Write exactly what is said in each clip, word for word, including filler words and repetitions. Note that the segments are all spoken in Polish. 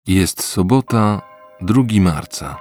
Jest sobota, drugiego marca.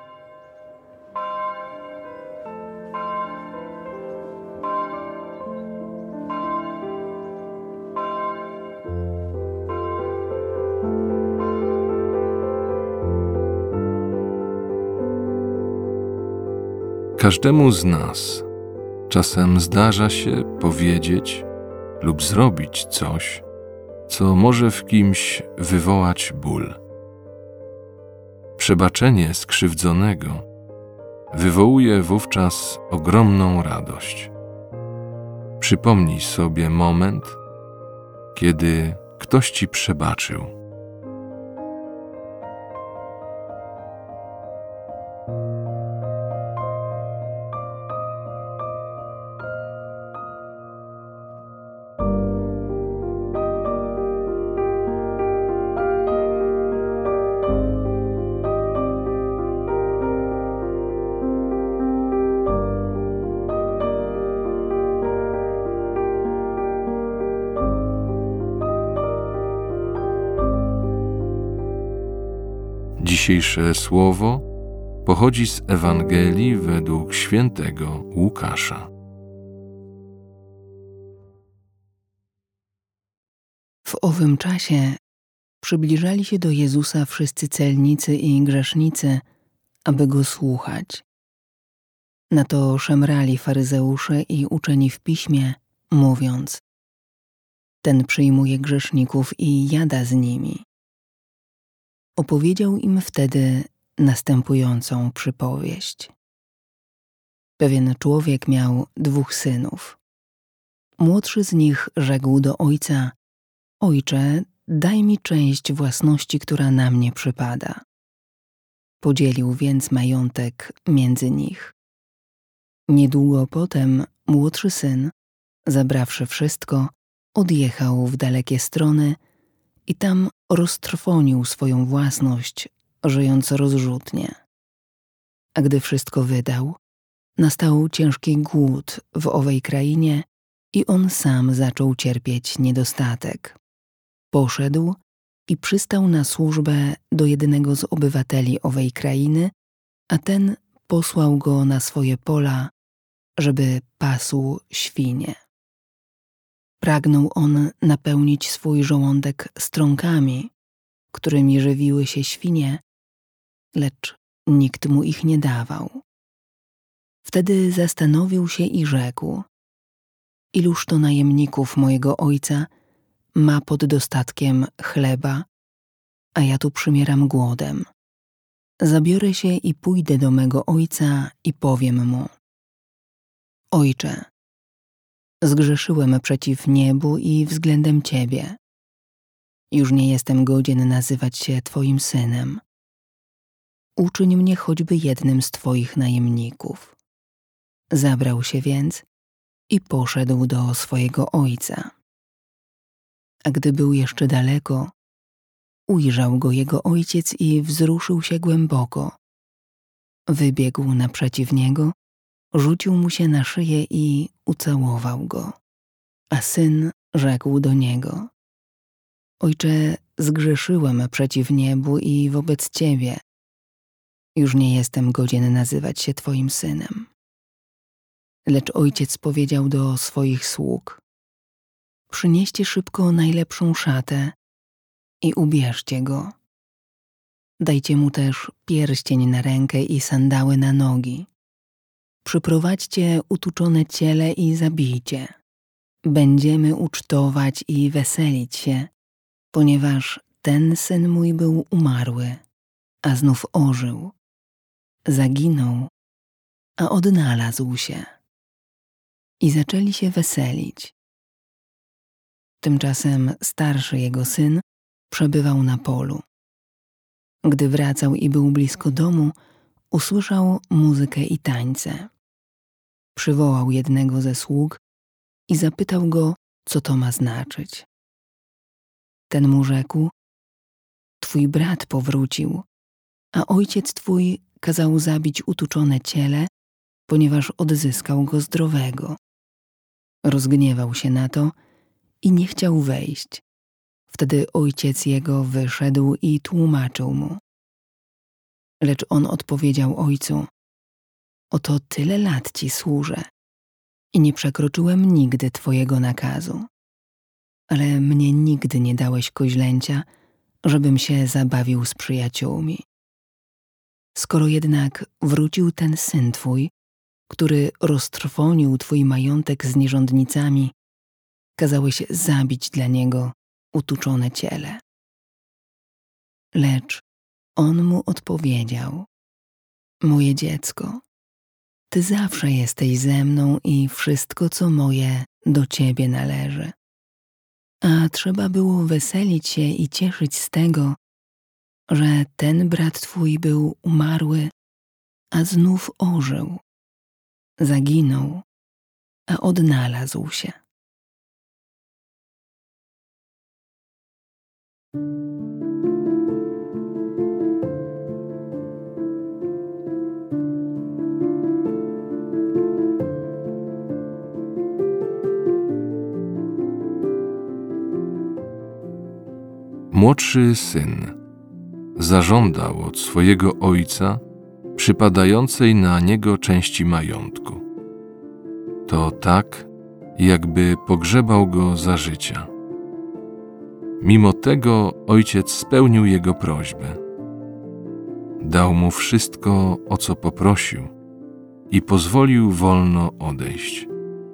Każdemu z nas czasem zdarza się powiedzieć lub zrobić coś, co może w kimś wywołać ból. Przebaczenie skrzywdzonego wywołuje wówczas ogromną radość. Przypomnij sobie moment, kiedy ktoś ci przebaczył. Dzisiejsze słowo pochodzi z Ewangelii według świętego Łukasza. W owym czasie przybliżali się do Jezusa wszyscy celnicy i grzesznicy, aby Go słuchać. Na to szemrali faryzeusze i uczeni w piśmie, mówiąc: ten przyjmuje grzeszników i jada z nimi. Opowiedział im wtedy następującą przypowieść. Pewien człowiek miał dwóch synów. Młodszy z nich rzekł do ojca: Ojcze, daj mi część własności, która na mnie przypada. Podzielił więc majątek między nich. Niedługo potem młodszy syn, zabrawszy wszystko, odjechał w dalekie strony i tam roztrwonił swoją własność, żyjąc rozrzutnie. A gdy wszystko wydał, nastał ciężki głód w owej krainie i on sam zaczął cierpieć niedostatek. Poszedł i przystał na służbę do jednego z obywateli owej krainy, a ten posłał go na swoje pola, żeby pasł świnie. Pragnął on napełnić swój żołądek strąkami, którymi żywiły się świnie, lecz nikt mu ich nie dawał. Wtedy zastanowił się i rzekł: iluż to najemników mojego ojca ma pod dostatkiem chleba, a ja tu przymieram głodem. Zabiorę się i pójdę do mego ojca i powiem mu: Ojcze, zgrzeszyłem przeciw niebu i względem Ciebie. Już nie jestem godzien nazywać się Twoim synem. Uczyń mnie choćby jednym z Twoich najemników. Zabrał się więc i poszedł do swojego ojca. A gdy był jeszcze daleko, ujrzał go jego ojciec i wzruszył się głęboko. Wybiegł naprzeciw niego, rzucił mu się na szyję i ucałował go. A syn rzekł do niego: Ojcze, zgrzeszyłem przeciw niebu i wobec Ciebie. Już nie jestem godzien nazywać się Twoim synem. Lecz ojciec powiedział do swoich sług: Przynieście szybko najlepszą szatę i ubierzcie go. Dajcie mu też pierścień na rękę i sandały na nogi. Przyprowadźcie utuczone ciele i zabijcie. Będziemy ucztować i weselić się, ponieważ ten syn mój był umarły, a znów ożył. Zaginął, a odnalazł się. I zaczęli się weselić. Tymczasem starszy jego syn przebywał na polu. Gdy wracał i był blisko domu, usłyszał muzykę i tańce. Przywołał jednego ze sług i zapytał go, co to ma znaczyć. Ten mu rzekł: Twój brat powrócił, a ojciec twój kazał zabić utuczone ciele, ponieważ odzyskał go zdrowego. Rozgniewał się na to i nie chciał wejść. Wtedy ojciec jego wyszedł i tłumaczył mu. Lecz on odpowiedział ojcu: oto tyle lat ci służę i nie przekroczyłem nigdy twojego nakazu. Ale mnie nigdy nie dałeś koźlęcia, żebym się zabawił z przyjaciółmi. Skoro jednak wrócił ten syn twój, który roztrwonił twój majątek z nierządnicami, kazałeś zabić dla niego utuczone ciele. Lecz on mu odpowiedział: moje dziecko, ty zawsze jesteś ze mną i wszystko, co moje, do ciebie należy. A trzeba było weselić się i cieszyć z tego, że ten brat twój był umarły, a znów ożył, zaginął, a odnalazł się. Młodszy syn zażądał od swojego ojca przypadającej na niego części majątku. To tak, jakby pogrzebał go za życia. Mimo tego ojciec spełnił jego prośbę. Dał mu wszystko, o co poprosił, i pozwolił wolno odejść.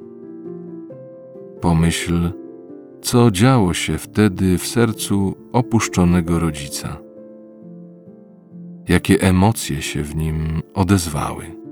Pomyśl, co działo się wtedy w sercu opuszczonego rodzica. Jakie emocje się w nim odezwały.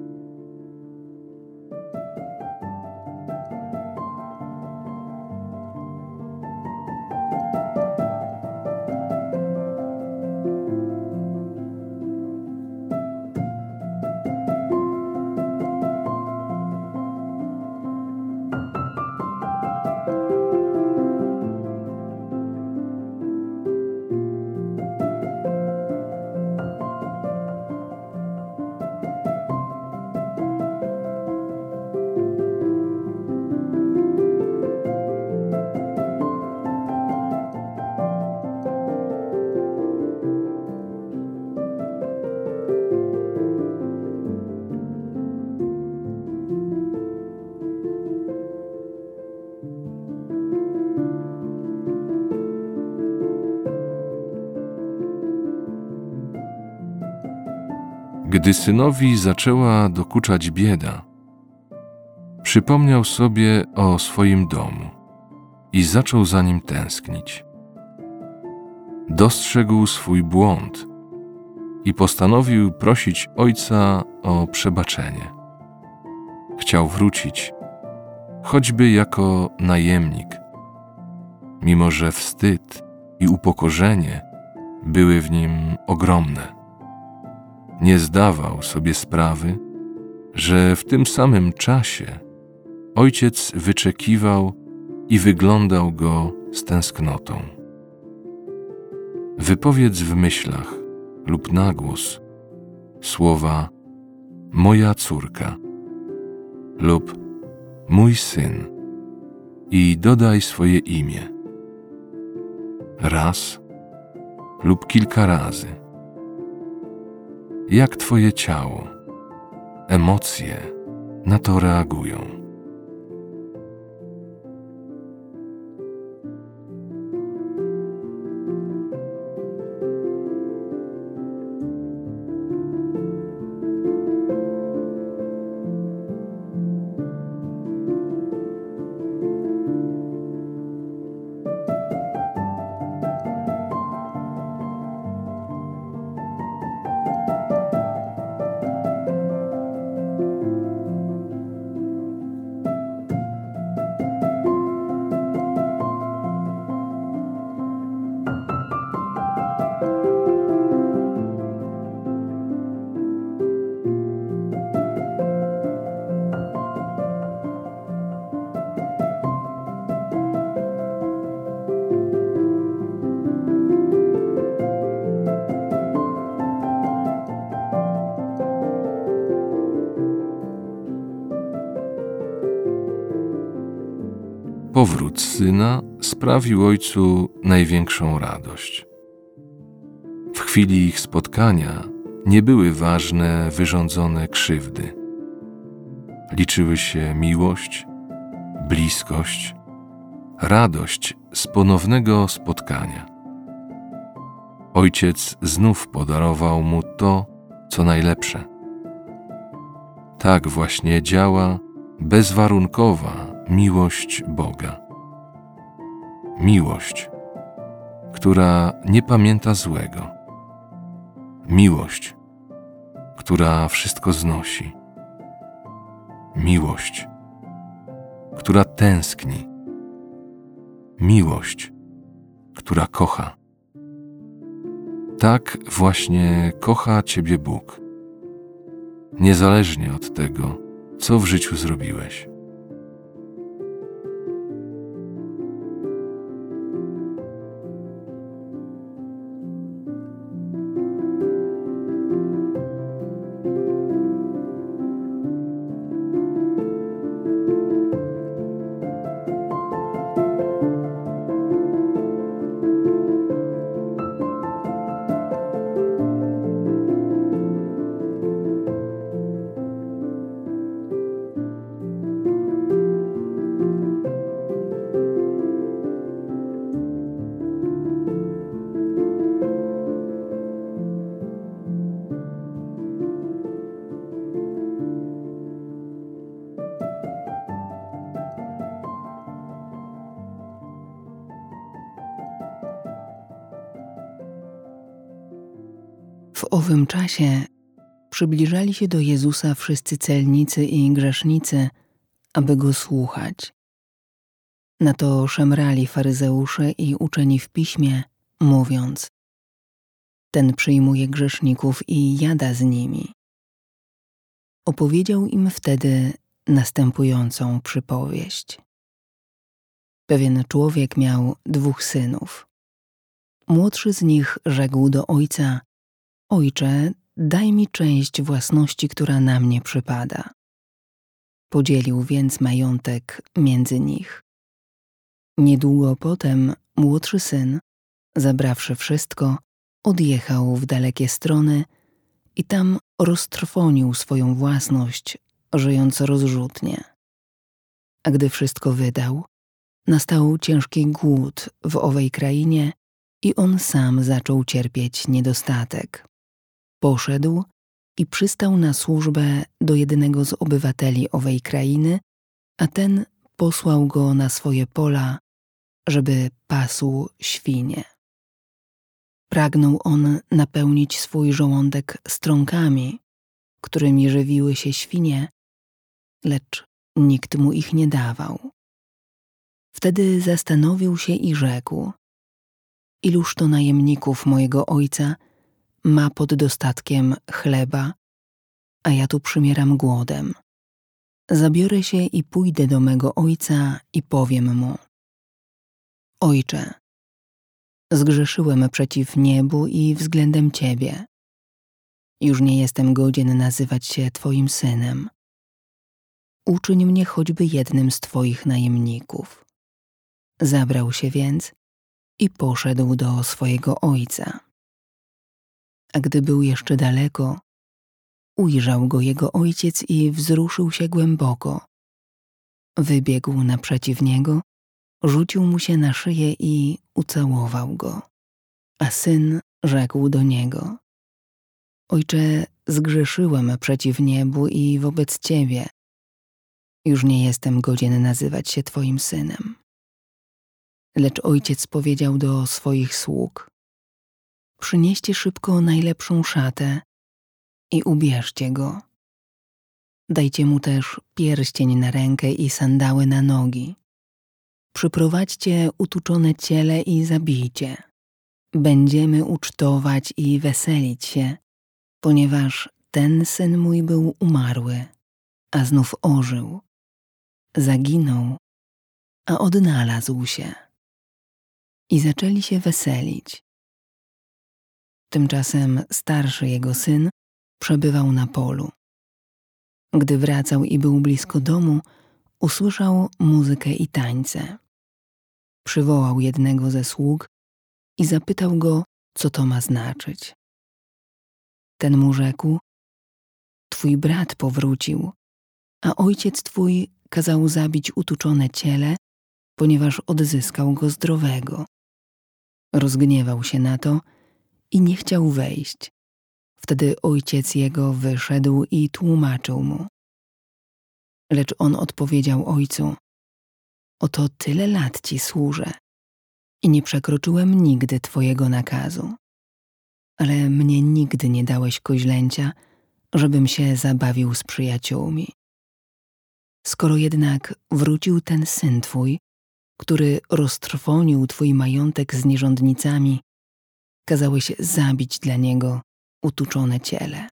Gdy synowi zaczęła dokuczać bieda, przypomniał sobie o swoim domu i zaczął za nim tęsknić. Dostrzegł swój błąd i postanowił prosić ojca o przebaczenie. Chciał wrócić, choćby jako najemnik, mimo że wstyd i upokorzenie były w nim ogromne. Nie zdawał sobie sprawy, że w tym samym czasie ojciec wyczekiwał i wyglądał go z tęsknotą. Wypowiedz w myślach lub na głos słowa moja córka lub mój syn i dodaj swoje imię. Raz lub kilka razy. Jak twoje ciało, emocje na to reagują. powrót syna sprawił ojcu największą radość. W chwili ich spotkania nie były ważne wyrządzone krzywdy. Liczyły się miłość, bliskość, radość z ponownego spotkania. Ojciec znów podarował mu to, co najlepsze. Tak właśnie działa bezwarunkowa miłość Boga. Miłość, która nie pamięta złego. Miłość, która wszystko znosi. Miłość, która tęskni. Miłość, która kocha. Tak właśnie kocha Ciebie Bóg, niezależnie od tego, co w życiu zrobiłeś. W owym czasie przybliżali się do Jezusa wszyscy celnicy i grzesznicy, aby Go słuchać. Na to szemrali faryzeusze i uczeni w piśmie, mówiąc: ten przyjmuje grzeszników i jada z nimi. Opowiedział im wtedy następującą przypowieść. Pewien człowiek miał dwóch synów. Młodszy z nich rzekł do ojca: Ojcze, daj mi część własności, która na mnie przypada. Podzielił więc majątek między nich. Niedługo potem młodszy syn, zabrawszy wszystko, odjechał w dalekie strony i tam roztrwonił swoją własność, żyjąc rozrzutnie. A gdy wszystko wydał, nastał ciężki głód w owej krainie i on sam zaczął cierpieć niedostatek. Poszedł i przystał na służbę do jednego z obywateli owej krainy, a ten posłał go na swoje pola, żeby pasł świnie. Pragnął on napełnić swój żołądek strąkami, którymi żywiły się świnie, lecz nikt mu ich nie dawał. Wtedy zastanowił się i rzekł: iluż to najemników mojego ojca ma pod dostatkiem chleba, a ja tu przymieram głodem. Zabiorę się i pójdę do mego ojca i powiem mu: Ojcze, zgrzeszyłem przeciw niebu i względem Ciebie. Już nie jestem godzien nazywać się Twoim synem. Uczyń mnie choćby jednym z Twoich najemników. Zabrał się więc i poszedł do swojego ojca. A gdy był jeszcze daleko, ujrzał go jego ojciec i wzruszył się głęboko. Wybiegł naprzeciw niego, rzucił mu się na szyję i ucałował go. A syn rzekł do niego: Ojcze, zgrzeszyłem przeciw niebu i wobec Ciebie. Już nie jestem godzien nazywać się Twoim synem. Lecz ojciec powiedział do swoich sług: Przynieście szybko najlepszą szatę i ubierzcie go. Dajcie mu też pierścień na rękę i sandały na nogi. Przyprowadźcie utuczone ciele i zabijcie. Będziemy ucztować i weselić się, ponieważ ten syn mój był umarły, a znów ożył. Zaginął, a odnalazł się. I zaczęli się weselić. Tymczasem starszy jego syn przebywał na polu. Gdy wracał i był blisko domu, usłyszał muzykę i tańce. przywołał jednego ze sług i zapytał go, co to ma znaczyć. Ten mu rzekł: twój brat powrócił, a ojciec twój kazał zabić utuczone ciele, ponieważ odzyskał go zdrowego. Rozgniewał się na to i nie chciał wejść. Wtedy ojciec jego wyszedł i tłumaczył mu. Lecz on odpowiedział ojcu: oto tyle lat ci służę i nie przekroczyłem nigdy twojego nakazu. Ale mnie nigdy nie dałeś koźlęcia, żebym się zabawił z przyjaciółmi. Skoro jednak wrócił ten syn twój, który roztrwonił twój majątek z nierządnicami, kazałeś zabić dla niego utuczone ciele.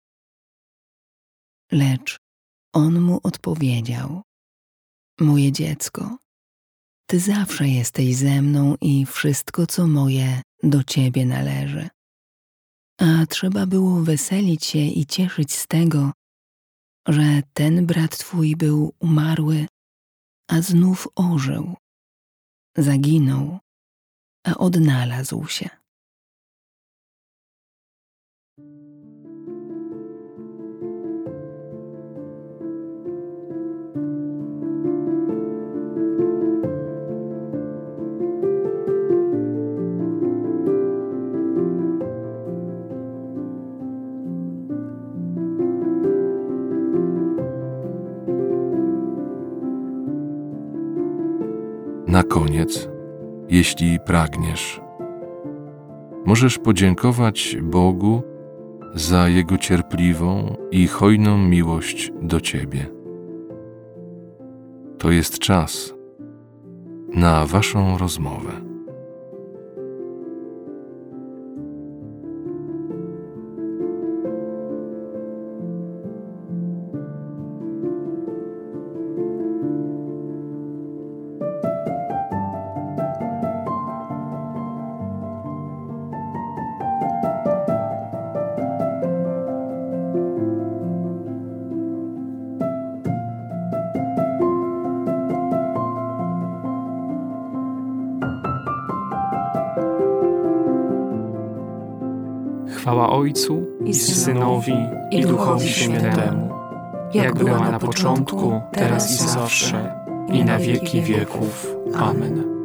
Lecz on mu odpowiedział: moje dziecko, ty zawsze jesteś ze mną i wszystko, co moje, do ciebie należy. A trzeba było weselić się i cieszyć z tego, że ten brat twój był umarły, a znów ożył. Zaginął, a odnalazł się. Na koniec, jeśli pragniesz, możesz podziękować Bogu za Jego cierpliwą i hojną miłość do Ciebie. To jest czas na Waszą rozmowę. Chwała Ojcu i Synowi i Duchowi Świętemu, jak była na początku, teraz i zawsze, i na wieki wieków. Amen.